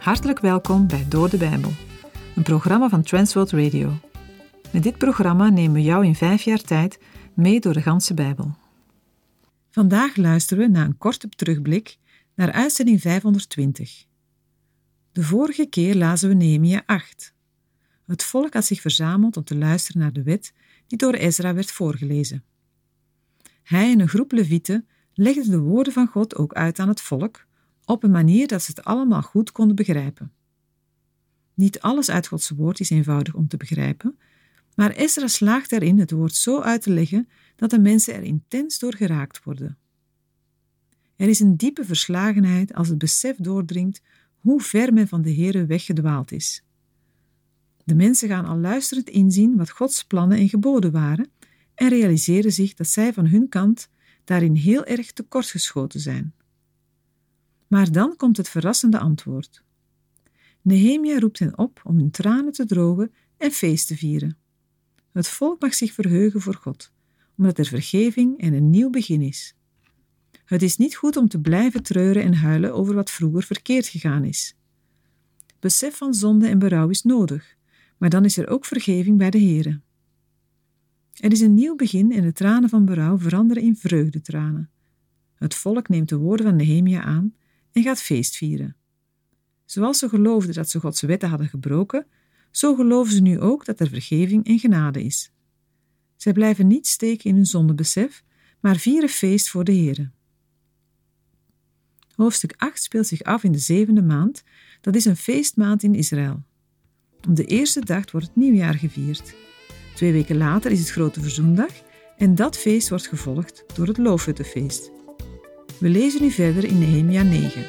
Hartelijk welkom bij Door de Bijbel, een programma van Transworld Radio. Met dit programma nemen we jou in 5 jaar tijd mee door de ganse Bijbel. Vandaag luisteren we naar een korte terugblik naar uitzending 520. De vorige keer lazen we Nehemia 8. Het volk had zich verzameld om te luisteren naar de wet die door Ezra werd voorgelezen. Hij en een groep levieten legden de woorden van God ook uit aan het volk, op een manier dat ze het allemaal goed konden begrijpen. Niet alles uit Gods woord is eenvoudig om te begrijpen, maar Ezra slaagt erin het woord zo uit te leggen dat de mensen er intens door geraakt worden. Er is een diepe verslagenheid als het besef doordringt hoe ver men van de Heere weggedwaald is. De mensen gaan al luisterend inzien wat Gods plannen en geboden waren en realiseren zich dat zij van hun kant daarin heel erg tekortgeschoten zijn. Maar dan komt het verrassende antwoord. Nehemia roept hen op om hun tranen te drogen en feest te vieren. Het volk mag zich verheugen voor God, omdat er vergeving en een nieuw begin is. Het is niet goed om te blijven treuren en huilen over wat vroeger verkeerd gegaan is. Besef van zonde en berouw is nodig, maar dan is er ook vergeving bij de Heere. Er is een nieuw begin en de tranen van berouw veranderen in vreugdetranen. Het volk neemt de woorden van Nehemia aan en gaat feest vieren. Zoals ze geloofden dat ze Gods wetten hadden gebroken, zo geloven ze nu ook dat er vergeving en genade is. Zij blijven niet steken in hun zondebesef, maar vieren feest voor de Heere. Hoofdstuk 8 speelt zich af in de 7e maand, dat is een feestmaand in Israël. Op de eerste dag wordt het nieuwjaar gevierd. 2 weken later is het Grote Verzoendag en dat feest wordt gevolgd door het Loofhuttenfeest. We lezen nu verder in Nehemia 9.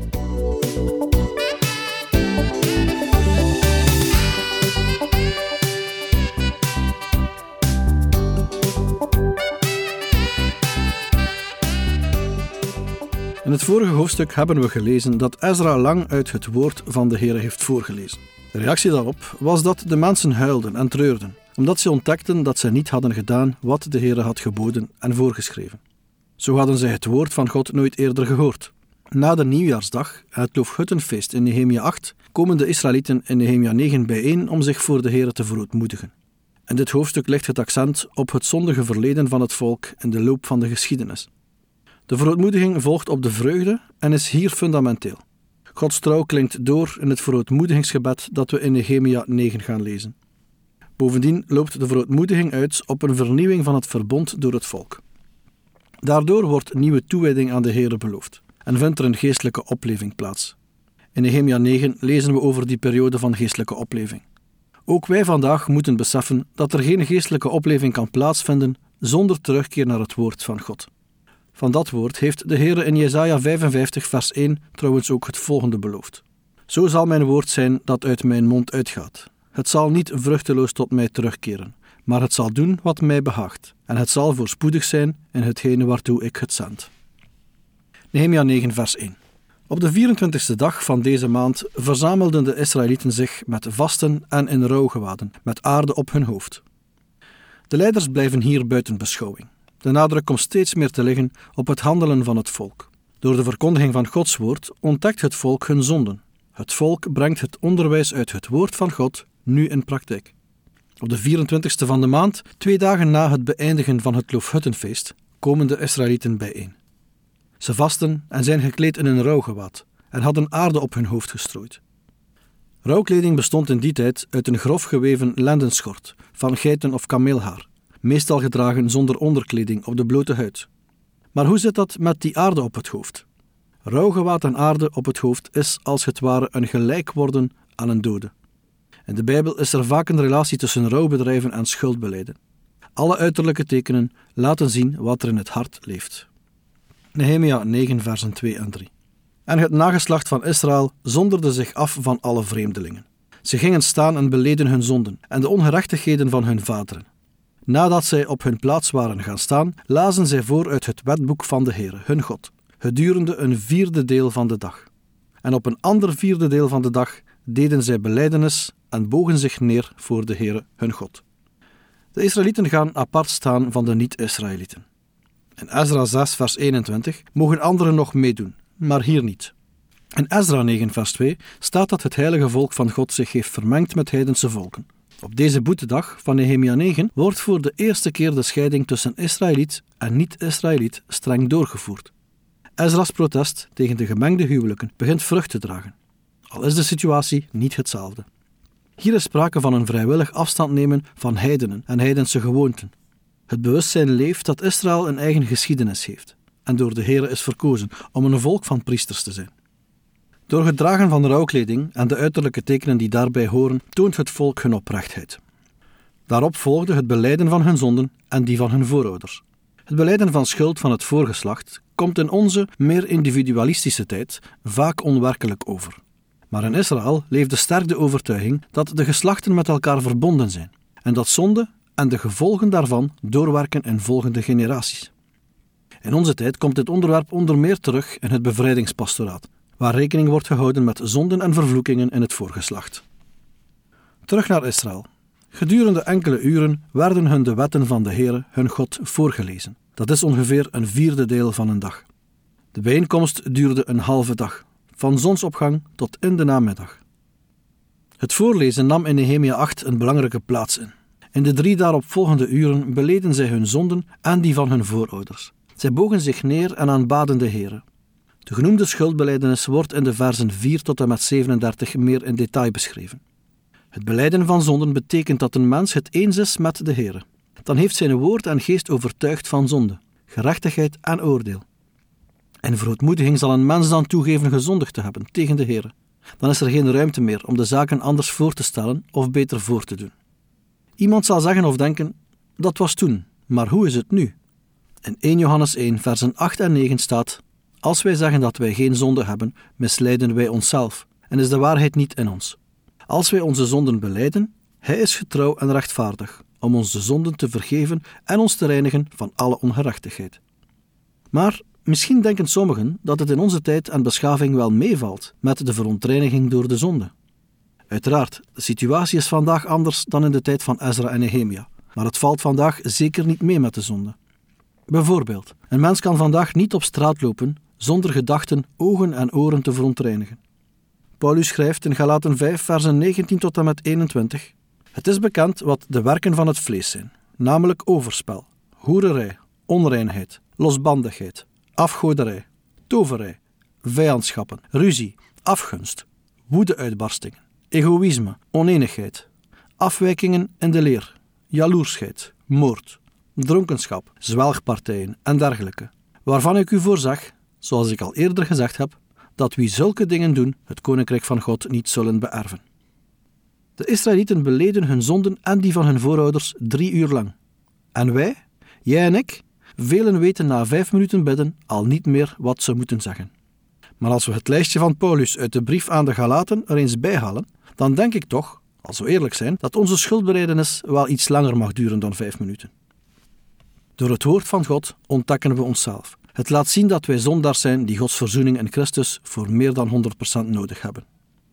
In het vorige hoofdstuk hebben we gelezen dat Ezra lang uit het woord van de Heere heeft voorgelezen. De reactie daarop was dat de mensen huilden en treurden, omdat ze ontdekten dat zij niet hadden gedaan wat de Heere had geboden en voorgeschreven. Zo hadden zij het woord van God nooit eerder gehoord. Na de nieuwjaarsdag, het Loofhuttenfeest in Nehemia 8, komen de Israëlieten in Nehemia 9 bijeen om zich voor de Heere te verootmoedigen. In dit hoofdstuk ligt het accent op het zondige verleden van het volk in de loop van de geschiedenis. De verootmoediging volgt op de vreugde en is hier fundamenteel. Gods trouw klinkt door in het verootmoedigingsgebed dat we in Nehemia 9 gaan lezen. Bovendien loopt de verootmoediging uit op een vernieuwing van het verbond door het volk. Daardoor wordt nieuwe toewijding aan de Heere beloofd en vindt er een geestelijke opleving plaats. In Nehemia 9 lezen we over die periode van geestelijke opleving. Ook wij vandaag moeten beseffen dat er geen geestelijke opleving kan plaatsvinden zonder terugkeer naar het woord van God. Van dat woord heeft de Heere in Jesaja 55 vers 1 trouwens ook het volgende beloofd. Zo zal mijn woord zijn dat uit mijn mond uitgaat. Het zal niet vruchteloos tot mij terugkeren, maar het zal doen wat mij behaagt. En het zal voorspoedig zijn in hetgene waartoe ik het zend. Nehemia 9 vers 1. Op de 24e dag van deze maand verzamelden de Israëlieten zich met vasten en in rouwgewaden, met aarde op hun hoofd. De leiders blijven hier buiten beschouwing. De nadruk komt steeds meer te liggen op het handelen van het volk. Door de verkondiging van Gods woord ontdekt het volk hun zonden. Het volk brengt het onderwijs uit het woord van God nu in praktijk. Op de 24e van de maand, 2 dagen na het beëindigen van het Loofhuttenfeest, komen de Israëlieten bijeen. Ze vasten en zijn gekleed in een rouwgewaad en hadden aarde op hun hoofd gestrooid. Rouwkleding bestond in die tijd uit een grof geweven lendenschort van geiten- of kameelhaar, meestal gedragen zonder onderkleding op de blote huid. Maar hoe zit dat met die aarde op het hoofd? Rouwgewaad en aarde op het hoofd is als het ware een gelijk worden aan een dode. In de Bijbel is er vaak een relatie tussen rouwbedrijven en schuldbelijden. Alle uiterlijke tekenen laten zien wat er in het hart leeft. Nehemia 9 versen 2 en 3. En het nageslacht van Israël zonderde zich af van alle vreemdelingen. Ze gingen staan en beleden hun zonden en de ongerechtigheden van hun vaderen. Nadat zij op hun plaats waren gaan staan, lazen zij voor uit het wetboek van de Heere, hun God, gedurende een 4e deel van de dag. En op een ander 4e deel van de dag deden zij belijdenis en bogen zich neer voor de Heere, hun God. De Israëlieten gaan apart staan van de niet-Israëlieten. In Ezra 6 vers 21 mogen anderen nog meedoen, maar hier niet. In Ezra 9 vers 2 staat dat het heilige volk van God zich heeft vermengd met heidense volken. Op deze boetedag van Nehemia 9 wordt voor de eerste keer de scheiding tussen Israëliet en niet-Israëliet streng doorgevoerd. Ezra's protest tegen de gemengde huwelijken begint vrucht te dragen, al is de situatie niet hetzelfde. Hier is sprake van een vrijwillig afstand nemen van heidenen en heidense gewoonten. Het bewustzijn leeft dat Israël een eigen geschiedenis heeft en door de Heere is verkozen om een volk van priesters te zijn. Door het dragen van rouwkleding en de uiterlijke tekenen die daarbij horen, toont het volk hun oprechtheid. Daarop volgde het belijden van hun zonden en die van hun voorouders. Het belijden van schuld van het voorgeslacht komt in onze meer individualistische tijd vaak onwerkelijk over. Maar in Israël leefde sterk de overtuiging dat de geslachten met elkaar verbonden zijn en dat zonde en de gevolgen daarvan doorwerken in volgende generaties. In onze tijd komt dit onderwerp onder meer terug in het bevrijdingspastoraat, waar rekening wordt gehouden met zonden en vervloekingen in het voorgeslacht. Terug naar Israël. Gedurende enkele uren werden hun de wetten van de Heere, hun God, voorgelezen. Dat is ongeveer een 4e deel van een dag. De bijeenkomst duurde een halve dag, van zonsopgang tot in de namiddag. Het voorlezen nam in Nehemia 8 een belangrijke plaats in. In de 3 daaropvolgende uren beleden zij hun zonden en die van hun voorouders. Zij bogen zich neer en aanbaden de Heere. De genoemde schuldbelijdenis wordt in de versen 4 tot en met 37 meer in detail beschreven. Het belijden van zonden betekent dat een mens het eens is met de Heere. Dan heeft zijn woord en geest overtuigd van zonde, gerechtigheid en oordeel. In verootmoediging zal een mens dan toegeven gezondigd te hebben tegen de Heere. Dan is er geen ruimte meer om de zaken anders voor te stellen of beter voor te doen. Iemand zal zeggen of denken, dat was toen, maar hoe is het nu? In 1 Johannes 1 versen 8 en 9 staat, als wij zeggen dat wij geen zonde hebben, misleiden wij onszelf en is de waarheid niet in ons. Als wij onze zonden belijden, hij is getrouw en rechtvaardig, om ons de zonden te vergeven en ons te reinigen van alle ongerechtigheid. Maar misschien denken sommigen dat het in onze tijd en beschaving wel meevalt met de verontreiniging door de zonde. Uiteraard, de situatie is vandaag anders dan in de tijd van Ezra en Nehemia, maar het valt vandaag zeker niet mee met de zonde. Bijvoorbeeld, een mens kan vandaag niet op straat lopen zonder gedachten, ogen en oren te verontreinigen. Paulus schrijft in Galaten 5 versen 19 tot en met 21: Het is bekend wat de werken van het vlees zijn, namelijk overspel, hoererij, onreinheid, losbandigheid, afgoderij, toverij, vijandschappen, ruzie, afgunst, woedeuitbarstingen, egoïsme, onenigheid, afwijkingen in de leer, jaloersheid, moord, dronkenschap, zwelgpartijen en dergelijke, waarvan ik u voorzag, zoals ik al eerder gezegd heb, dat wie zulke dingen doen, het koninkrijk van God niet zullen beërven. De Israëlieten beleden hun zonden en die van hun voorouders 3 uur lang. En wij, jij en ik, velen weten na 5 minuten bidden al niet meer wat ze moeten zeggen. Maar als we het lijstje van Paulus uit de brief aan de Galaten er eens bijhalen, dan denk ik toch, als we eerlijk zijn, dat onze schuldbelijdenis wel iets langer mag duren dan 5 minuten. Door het woord van God ontdekken we onszelf. Het laat zien dat wij zondaars zijn die Gods verzoening in Christus voor meer dan 100% nodig hebben.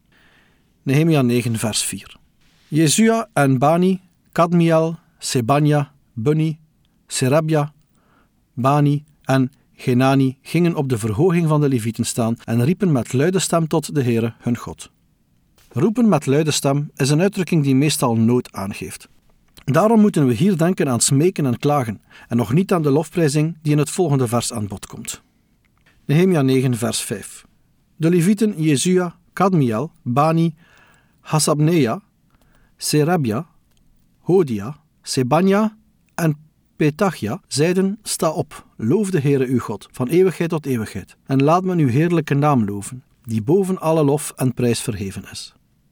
Nehemia 9 vers 4. Jesua en Bani, Kadmiel, Sebania, Bunni, Serebja, Bani en Genani gingen op de verhoging van de Levieten staan en riepen met luide stem tot de Heere, hun God. Roepen met luide stem is een uitdrukking die meestal nood aangeeft. Daarom moeten we hier denken aan smeken en klagen en nog niet aan de lofprijzing die in het volgende vers aan bod komt. Nehemia 9 vers 5. De Levieten Jesua, Kadmiel, Bani, Hasabnea, Serebja, Hodia, Sebania en Petachia zeiden, sta op, loof de Heere uw God, van eeuwigheid tot eeuwigheid, en laat men uw heerlijke naam loven, die boven alle lof en prijs verheven is.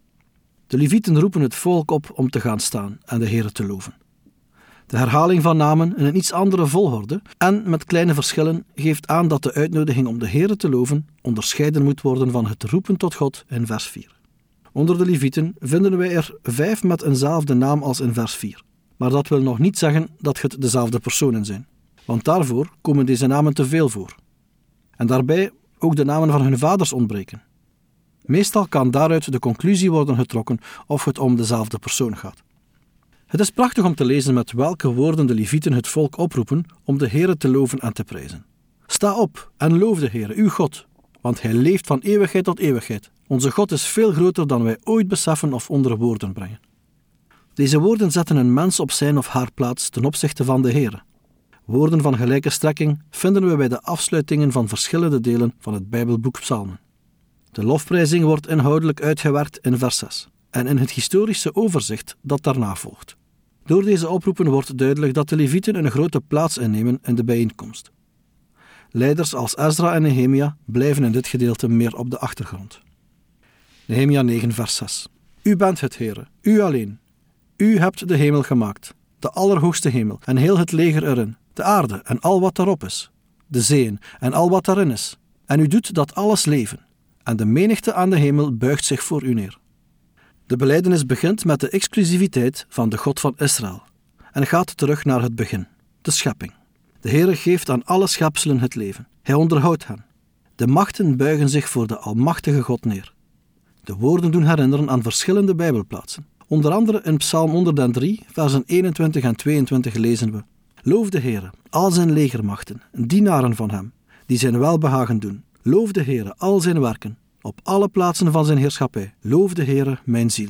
De Levieten roepen het volk op om te gaan staan en de Heere te loven. De herhaling van namen in een iets andere volgorde en met kleine verschillen geeft aan dat de uitnodiging om de Heere te loven onderscheiden moet worden van het roepen tot God in vers 4. Onder de Levieten vinden wij er 5 met eenzelfde naam als in vers 4. Maar dat wil nog niet zeggen dat het dezelfde personen zijn, want daarvoor komen deze namen te veel voor. En daarbij ook de namen van hun vaders ontbreken. Meestal kan daaruit de conclusie worden getrokken of het om dezelfde persoon gaat. Het is prachtig om te lezen met welke woorden de Levieten het volk oproepen om de Heere te loven en te prijzen. Sta op en loof de Heere, uw God, want hij leeft van eeuwigheid tot eeuwigheid. Onze God is veel groter dan wij ooit beseffen of onder woorden brengen. Deze woorden zetten een mens op zijn of haar plaats ten opzichte van de Heere. Woorden van gelijke strekking vinden we bij de afsluitingen van verschillende delen van het Bijbelboek Psalmen. De lofprijzing wordt inhoudelijk uitgewerkt in vers 6 en in het historische overzicht dat daarna volgt. Door deze oproepen wordt duidelijk dat de Levieten een grote plaats innemen in de bijeenkomst. Leiders als Ezra en Nehemia blijven in dit gedeelte meer op de achtergrond. Nehemia 9 vers 6. U bent het Heere, u alleen. U hebt de hemel gemaakt, de allerhoogste hemel en heel het leger erin, de aarde en al wat daarop is, de zeeën en al wat daarin is. En u doet dat alles leven, en de menigte aan de hemel buigt zich voor u neer. De belijdenis begint met de exclusiviteit van de God van Israël en gaat terug naar het begin, de schepping. De Heere geeft aan alle schepselen het leven. Hij onderhoudt hen. De machten buigen zich voor de almachtige God neer. De woorden doen herinneren aan verschillende Bijbelplaatsen. Onder andere in Psalm 103, versen 21 en 22 lezen we: Loof de Heere, al zijn legermachten, dienaren van hem, die zijn welbehagen doen. Loof de Heere, al zijn werken, op alle plaatsen van zijn heerschappij. Loof de Heere, mijn ziel.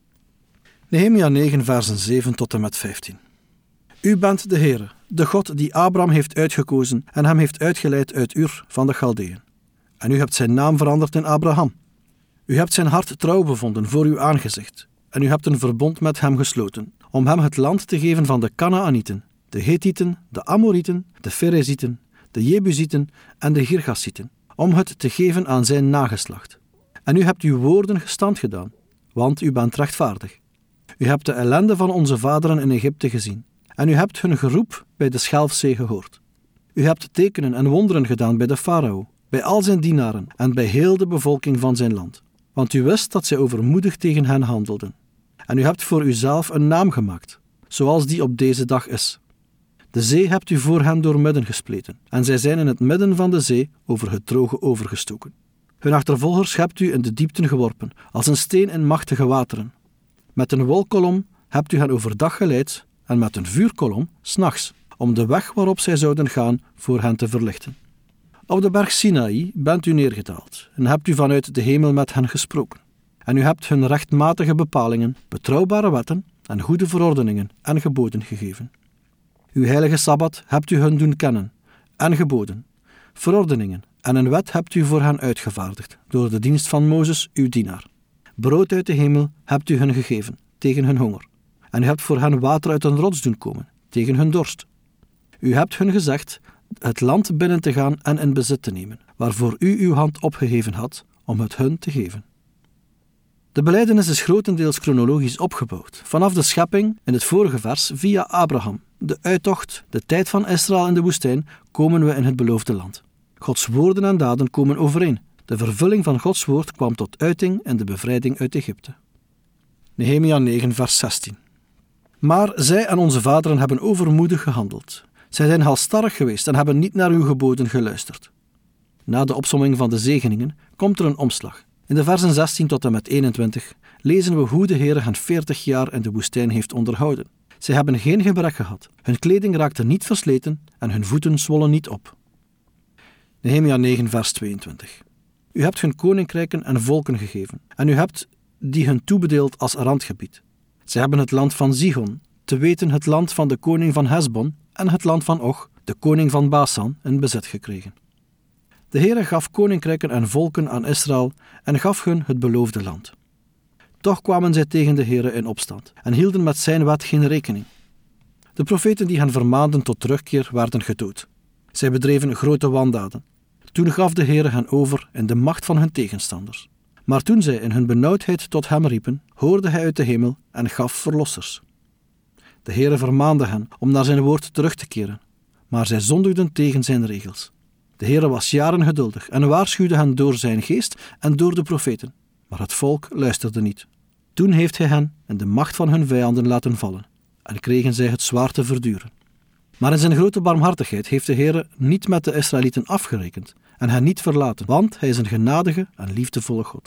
Nehemia 9, versen 7 tot en met 15. U bent de Heere, de God die Abraham heeft uitgekozen en hem heeft uitgeleid uit Ur van de Chaldeeën. En u hebt zijn naam veranderd in Abraham. U hebt zijn hart trouw bevonden voor uw aangezicht. En u hebt een verbond met hem gesloten, om hem het land te geven van de Kanaanieten, de Hethieten, de Amorieten, de Ferezieten, de Jebusieten en de Girgasieten, om het te geven aan zijn nageslacht. En u hebt uw woorden gestand gedaan, want u bent rechtvaardig. U hebt de ellende van onze vaderen in Egypte gezien, en u hebt hun geroep bij de Schelfzee gehoord. U hebt tekenen en wonderen gedaan bij de farao, bij al zijn dienaren en bij heel de bevolking van zijn land, want u wist dat zij overmoedig tegen hen handelden. En u hebt voor uzelf een naam gemaakt, zoals die op deze dag is. De zee hebt u voor hen doormidden gespleten, en zij zijn in het midden van de zee over het droge overgestoken. Hun achtervolgers hebt u in de diepten geworpen, als een steen in machtige wateren. Met een wolkolom hebt u hen overdag geleid, en met een vuurkolom 's nachts, om de weg waarop zij zouden gaan voor hen te verlichten. Op de berg Sinaï bent u neergedaald, en hebt u vanuit de hemel met hen gesproken. En u hebt hun rechtmatige bepalingen, betrouwbare wetten en goede verordeningen en geboden gegeven. Uw heilige Sabbat hebt u hun doen kennen, en geboden, verordeningen en een wet hebt u voor hen uitgevaardigd, door de dienst van Mozes, uw dienaar. Brood uit de hemel hebt u hun gegeven, tegen hun honger, en u hebt voor hen water uit een rots doen komen, tegen hun dorst. U hebt hun gezegd het land binnen te gaan en in bezit te nemen, waarvoor u uw hand opgeheven had, om het hun te geven. De belijdenis is grotendeels chronologisch opgebouwd, vanaf de schepping in het vorige vers via Abraham, de uittocht, de tijd van Israël in de woestijn, komen we in het beloofde land. Gods woorden en daden komen overeen. De vervulling van Gods woord kwam tot uiting in de bevrijding uit Egypte. Nehemia 9 vers 16. Maar zij en onze vaderen hebben overmoedig gehandeld. Zij zijn halsstarrig geweest en hebben niet naar uw geboden geluisterd. Na de opsomming van de zegeningen komt er een omslag. In de versen 16 tot en met 21 lezen we hoe de Heere hen 40 jaar in de woestijn heeft onderhouden. Zij hebben geen gebrek gehad, hun kleding raakte niet versleten en hun voeten zwollen niet op. Nehemia 9 vers 22. U hebt hun koninkrijken en volken gegeven, en u hebt die hun toebedeeld als randgebied. Zij hebben het land van Sihon, te weten het land van de koning van Hesbon, en het land van Og, de koning van Basan, in bezit gekregen. De Heere gaf koninkrijken en volken aan Israël en gaf hun het beloofde land. Toch kwamen zij tegen de Heere in opstand en hielden met zijn wet geen rekening. De profeten die hen vermaanden tot terugkeer werden gedood. Zij bedreven grote wandaden. Toen gaf de Heere hen over in de macht van hun tegenstanders. Maar toen zij in hun benauwdheid tot hem riepen, hoorde hij uit de hemel en gaf verlossers. De Heere vermaande hen om naar zijn woord terug te keren, maar zij zondigden tegen zijn regels. De Heere was jaren geduldig en waarschuwde hen door zijn geest en door de profeten, maar het volk luisterde niet. Toen heeft hij hen in de macht van hun vijanden laten vallen en kregen zij het zwaar te verduren. Maar in zijn grote barmhartigheid heeft de Heere niet met de Israëlieten afgerekend en hen niet verlaten, want hij is een genadige en liefdevolle God.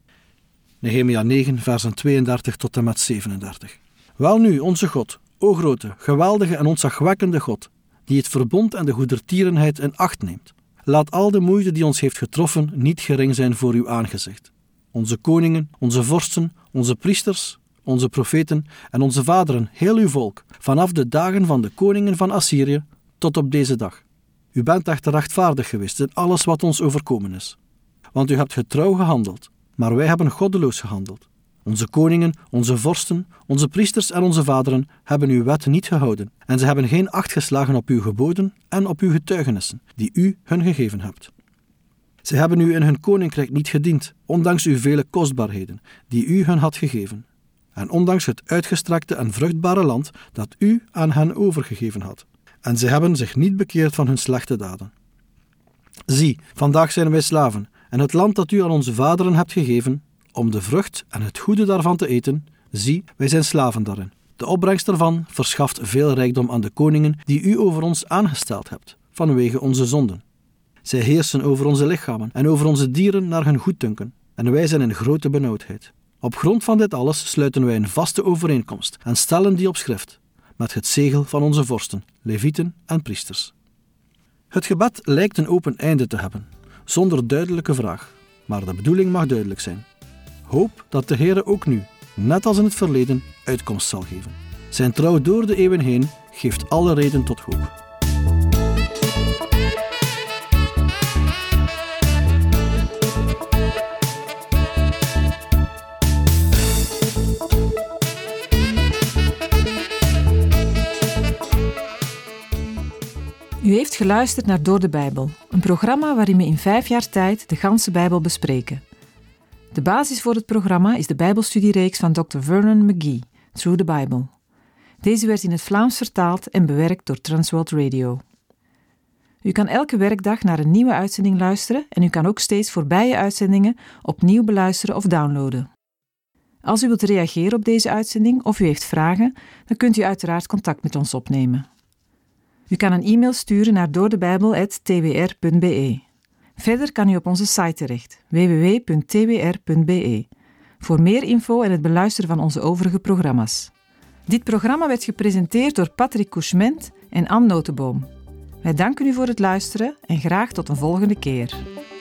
Nehemia 9, versen 32 tot en met 37. Welnu, onze God, o grote, geweldige en ontzagwekkende God, die het verbond en de goedertierenheid in acht neemt, Laat al de moeite die ons heeft getroffen niet gering zijn voor uw aangezicht. Onze koningen, onze vorsten, onze priesters, onze profeten en onze vaderen, heel uw volk, vanaf de dagen van de koningen van Assyrië tot op deze dag. U bent echter rechtvaardig geweest in alles wat ons overkomen is. Want u hebt getrouw gehandeld, maar wij hebben goddeloos gehandeld. Onze koningen, onze vorsten, onze priesters en onze vaderen hebben uw wet niet gehouden en ze hebben geen acht geslagen op uw geboden en op uw getuigenissen, die u hun gegeven hebt. Ze hebben u in hun koninkrijk niet gediend, ondanks uw vele kostbaarheden, die u hun had gegeven, en ondanks het uitgestrekte en vruchtbare land dat u aan hen overgegeven had. En ze hebben zich niet bekeerd van hun slechte daden. Zie, vandaag zijn wij slaven, en het land dat u aan onze vaderen hebt gegeven, om de vrucht en het goede daarvan te eten, zie, wij zijn slaven daarin. De opbrengst daarvan verschaft veel rijkdom aan de koningen die u over ons aangesteld hebt, vanwege onze zonden. Zij heersen over onze lichamen en over onze dieren naar hun goeddunken, en wij zijn in grote benauwdheid. Op grond van dit alles sluiten wij een vaste overeenkomst en stellen die op schrift, met het zegel van onze vorsten, levieten en priesters. Het gebed lijkt een open einde te hebben, zonder duidelijke vraag, maar de bedoeling mag duidelijk zijn. Hoop dat de Heere ook nu, net als in het verleden, uitkomst zal geven. Zijn trouw door de eeuwen heen geeft alle reden tot hoop. U heeft geluisterd naar Door de Bijbel, een programma waarin we in 5 jaar tijd de ganse Bijbel bespreken. De basis voor het programma is de Bijbelstudiereeks van Dr. Vernon McGee, Through the Bible. Deze werd in het Vlaams vertaald en bewerkt door Transworld Radio. U kan elke werkdag naar een nieuwe uitzending luisteren en u kan ook steeds voorbije uitzendingen opnieuw beluisteren of downloaden. Als u wilt reageren op deze uitzending of u heeft vragen, dan kunt u uiteraard contact met ons opnemen. U kan een e-mail sturen naar doordebijbel@twr.be. Verder kan u op onze site terecht, www.twr.be, voor meer info en het beluisteren van onze overige programma's. Dit programma werd gepresenteerd door Patrick Couchement en Anne Notenboom. Wij danken u voor het luisteren en graag tot een volgende keer.